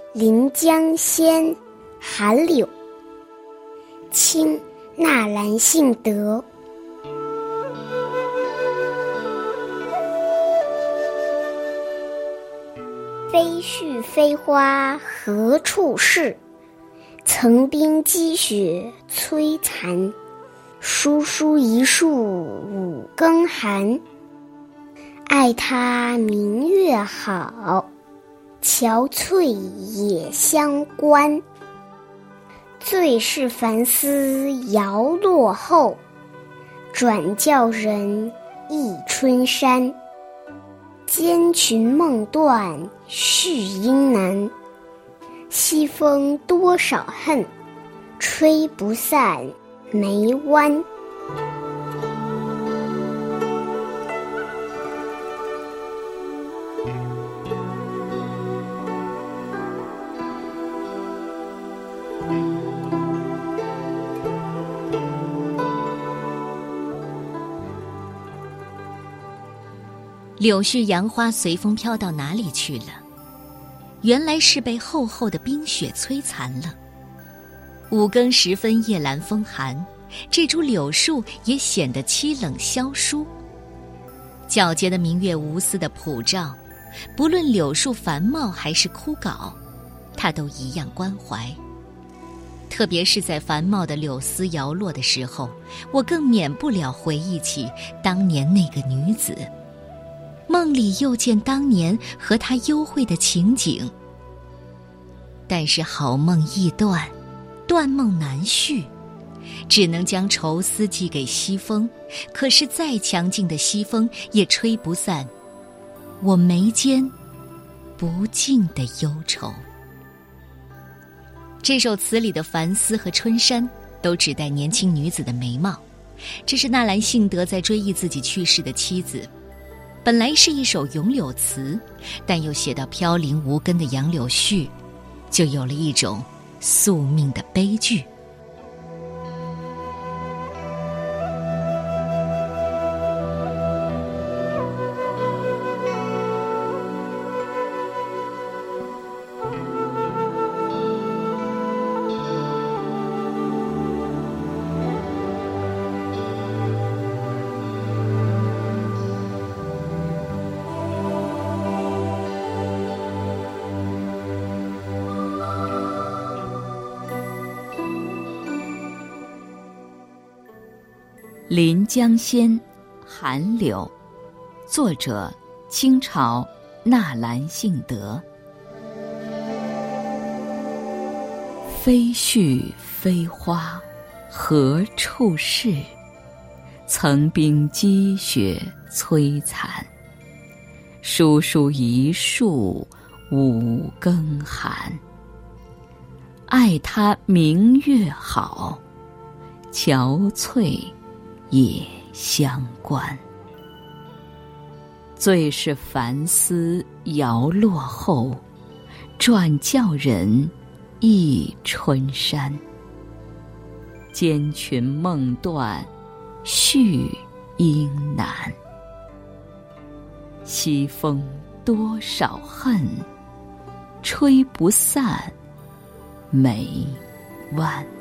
临江仙·韩柳，清，纳兰性德。飞絮飞花何处是？层冰积雪摧残。疏疏一树五更寒。爱他明月好，憔悴也相关。最是凡思摇落后，转教人忆春山。间群梦断续应难，西风多少恨，吹不散眉弯。 柳絮杨花随风飘到哪里去了？原来是被厚厚的冰雪摧残了。五更时分，夜阑风寒，这株柳树也显得凄冷萧疏。皎洁的明月无私的普照，不论柳树繁茂还是枯槁，它都一样关怀。特别是在繁茂的柳丝摇落的时候，我更免不了回忆起当年那个女子，梦里又见当年和她幽会的情景。但是好梦易断，断梦难续，只能将愁思寄给西风，可是再强劲的西风也吹不散我眉间不尽的忧愁。这首词里的凡思和春山都指代年轻女子的美貌，这是纳兰性德在追忆自己去世的妻子。本来是一首咏柳词，但又写到飘零无根的杨柳絮，就有了一种宿命的悲剧。 临江仙·韩柳，作者清朝纳兰性德。飞絮飞花何处是？层冰积雪摧残。疏疏一树五更寒。爱他明月好，憔悴也相关。最是凡思摇落后，转教人忆春山。间群梦断续应难。西风多少恨，吹不散眉弯。